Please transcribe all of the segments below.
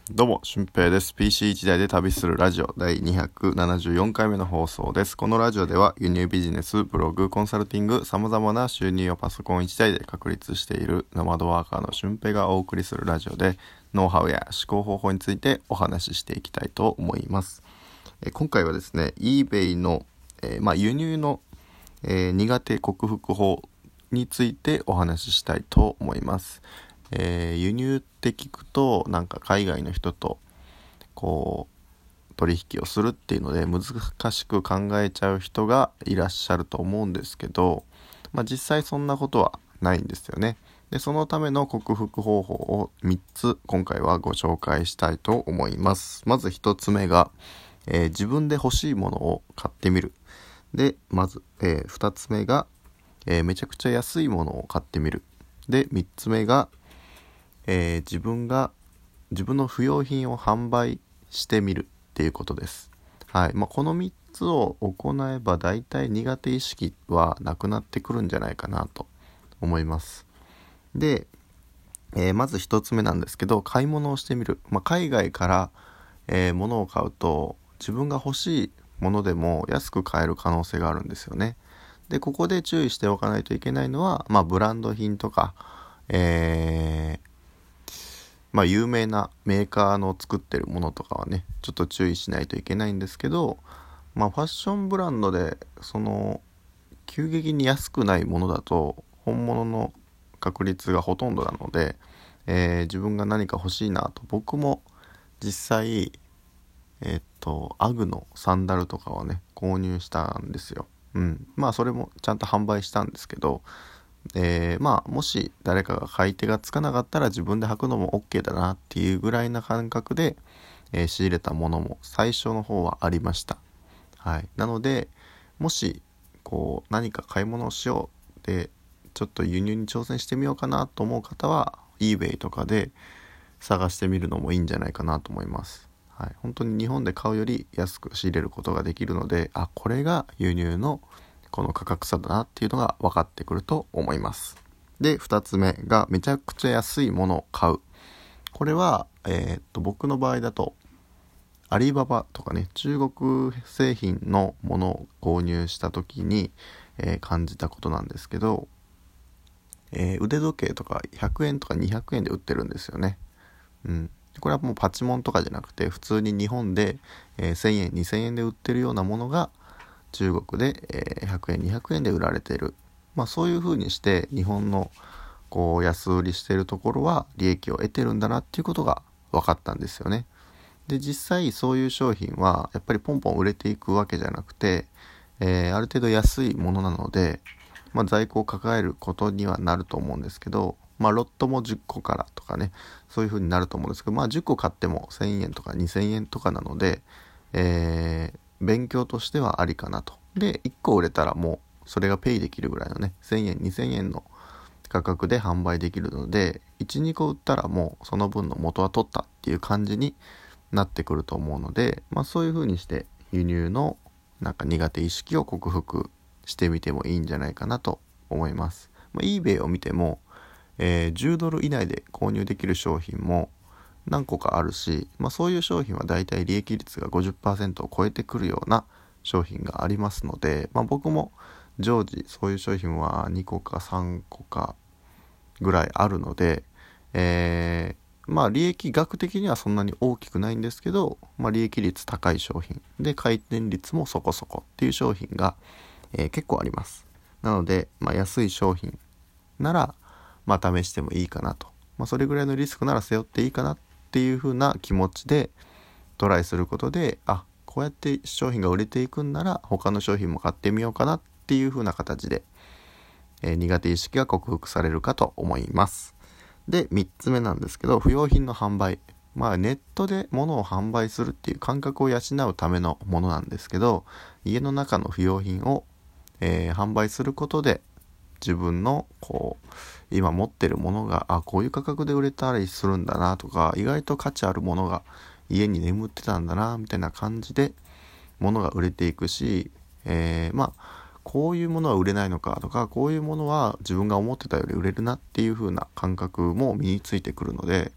どうも、俊平です。PC 一台で旅するラジオ第274回目の放送です。このラジオでは輸入ビジネス、ブログ、コンサルティング、様々な収入をパソコン一台で確立しているノマドワーカーの俊平がお送りするラジオで、ノウハウや思考方法についてお話ししていきたいと思います。今回はですね、eBay の、輸入の、苦手克服法についてお話ししたいと思います。輸入って聞くとなんか海外の人と取引をするっていうので難しく考えちゃう人がいらっしゃると思うんですけど、実際そんなことはないんですよね。で、そのための克服方法を3つ今回はご紹介したいと思います。まず1つ目が、自分で欲しいものを買ってみる。で、まず、2つ目が、めちゃくちゃ安いものを買ってみる。で、3つ目が自分の不要品を販売してみるっていうことです。はい。この3つを行えば大体苦手意識はなくなってくるんじゃないかなと思います。で、まず1つ目なんですけど、買い物をしてみる。海外から、物を買うと自分が欲しいものでも安く買える可能性があるんですよね。で、ここで注意しておかないといけないのは、ブランド品とか、有名なメーカーの作ってるものとかはねちょっと注意しないといけないんですけど、ファッションブランドで急激に安くないものだと本物の確率がほとんどなので、自分が何か欲しいなと、僕も実際アグのサンダルとかはね購入したんですよ。それもちゃんと販売したんですけど、もし誰かが買い手がつかなかったら自分で履くのも OK だなっていうぐらいな感覚で、仕入れたものも最初の方はありました。はい。なのでもし何か買い物をしようでちょっと輸入に挑戦してみようかなと思う方は eBay とかで探してみるのもいいんじゃないかなと思います。はい。本当に日本で買うより安く仕入れることができるので、これが輸入のこの価格差だなっていうのが分かってくると思います。で、2つ目がめちゃくちゃ安いものを買う。これは、僕の場合だとアリババとかね、中国製品のものを購入した時に、感じたことなんですけど、腕時計とか100円とか200円で売ってるんですよね。これはもうパチモンとかじゃなくて普通に日本で、1000円2000円で売ってるようなものが中国で、100円200円で売られている。そういう風にして日本の安売りしているところは利益を得てるんだなっていうことが分かったんですよね。で、実際そういう商品はやっぱりポンポン売れていくわけじゃなくて、ある程度安いものなので、在庫を抱えることにはなると思うんですけど、ロットも10個からとかね、そういう風になると思うんですけど、10個買っても1000円とか2000円とかなので、勉強としてはありかなと。で、1個売れたらもうそれがペイできるぐらいのね、1000円2000円の価格で販売できるので、1、2個売ったらもうその分の元は取ったっていう感じになってくると思うので、そういう風にして輸入の苦手意識を克服してみてもいいんじゃないかなと思います。eBay を見ても、10ドル以内で購入できる商品も何個かあるし、そういう商品はだいたい利益率が 50% を超えてくるような商品がありますので、僕も常時そういう商品は2個か3個かぐらいあるので、利益額的にはそんなに大きくないんですけど、利益率高い商品で回転率もそこそこっていう商品が、結構あります。なので、安い商品なら試してもいいかなと、それぐらいのリスクなら背負っていいかなっていう風な気持ちでトライすることで、こうやって商品が売れていくんなら他の商品も買ってみようかなっていう風な形で、苦手意識が克服されるかと思います。で、3つ目なんですけど、不要品の販売。ネットで物を販売するっていう感覚を養うためのものなんですけど、家の中の不要品を、販売することで自分の今持ってるものがこういう価格で売れたりするんだなとか、意外と価値あるものが家に眠ってたんだなみたいな感じで物が売れていくし、こういうものは売れないのかとか、こういうものは自分が思ってたより売れるなっていう風な感覚も身についてくるので、こ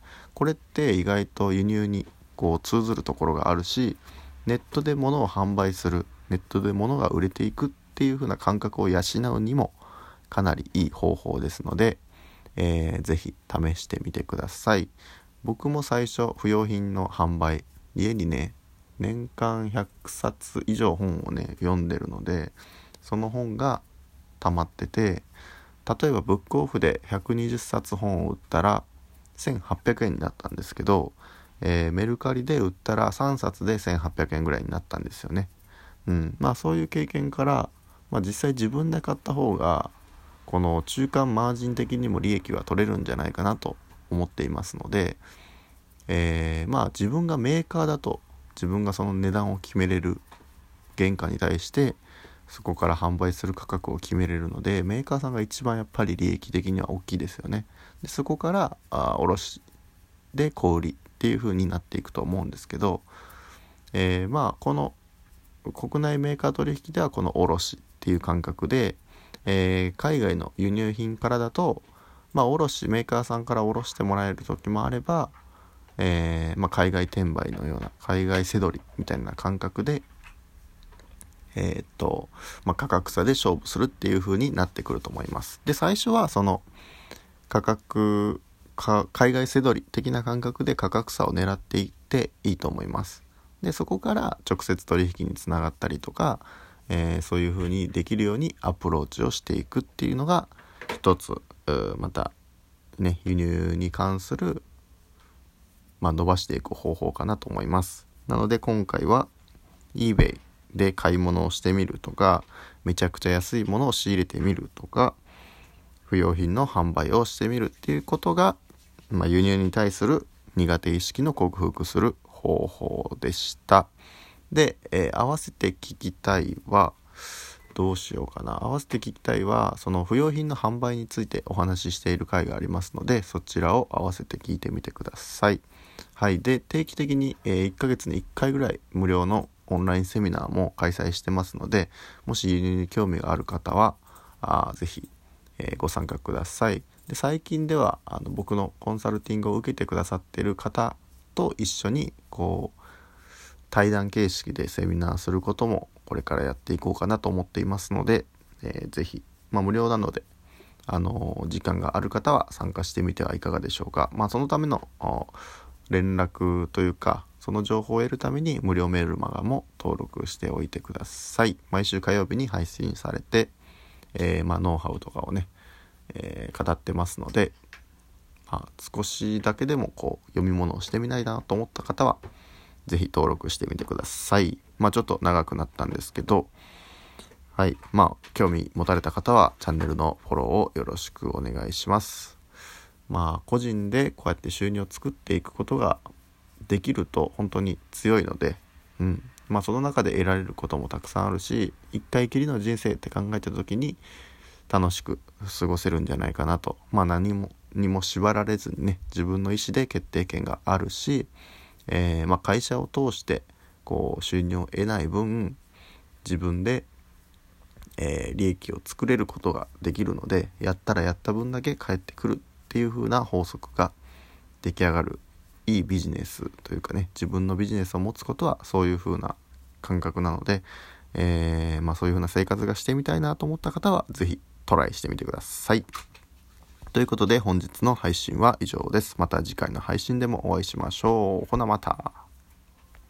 これって意外と輸入にこう通ずるところがあるし、ネットで物を販売する、ネットで物が売れていくっていう風な感覚を養うにもかなりいい方法ですので、ぜひ試してみてください。僕も最初不要品の販売、家にね年間100冊以上本をね読んでるので、その本が溜まってて、例えばブックオフで120冊本を売ったら1800円になったんですけど、メルカリで売ったら3冊で1800円ぐらいになったんですよね。そういう経験から、実際自分で買った方がこの中間マージン的にも利益は取れるんじゃないかなと思っていますので、自分がメーカーだと自分がその値段を決めれる、原価に対してそこから販売する価格を決めれるので、メーカーさんが一番やっぱり利益的には大きいですよね。でそこから卸で小売りっていう風になっていくと思うんですけど、この国内メーカー取引ではこの卸っていう感覚で、海外の輸入品からだと、卸メーカーさんから卸してもらえる時もあれば、海外転売のような海外せどりみたいな感覚で、価格差で勝負するっていう風になってくると思います。で最初はその海外せどり的な感覚で価格差を狙っていっていいと思います。でそこから直接取引につながったりとか、そういう風にできるようにアプローチをしていくっていうのが一つ、またね輸入に関する伸ばしていく方法かなと思います。なので今回は eBay で買い物をしてみるとか、めちゃくちゃ安いものを仕入れてみるとか、不要品の販売をしてみるっていうことが、輸入に対する苦手意識の克服する方法でした。で、合わせて聞きたいはどうしようかな。合わせて聞きたいはその不要品の販売についてお話ししている回がありますので、そちらを合わせて聞いてみてください。はい。で定期的に、1ヶ月に1回ぐらい無料のオンラインセミナーも開催してますので、もし輸入に興味がある方はぜひ、ご参加ください。で最近では僕のコンサルティングを受けてくださっている方と一緒に対談形式でセミナーすることもこれからやっていこうかなと思っていますので、ぜひ、無料なので時間がある方は参加してみてはいかがでしょうか。そのための連絡というか、その情報を得るために無料メールマガも登録しておいてください。毎週火曜日に配信されて、ノウハウとかをね、語ってますので、少しだけでも読み物をしてみないなと思った方はぜひ登録してみてください。ちょっと長くなったんですけど、はい、興味持たれた方はチャンネルのフォローをよろしくお願いします。個人でこうやって収入を作っていくことができると本当に強いので、その中で得られることもたくさんあるし、一回きりの人生って考えた時に楽しく過ごせるんじゃないかなと。何も縛られずにね、自分の意思で決定権があるし、会社を通して収入を得ない分、自分で、利益を作れることができるので、やったらやった分だけ返ってくるっていう風な法則が出来上がるいいビジネスというかね、自分のビジネスを持つことはそういう風な感覚なので、そういう風な生活がしてみたいなと思った方はぜひトライしてみてください。ということで本日の配信は以上です。また次回の配信でもお会いしましょう。ほなまた。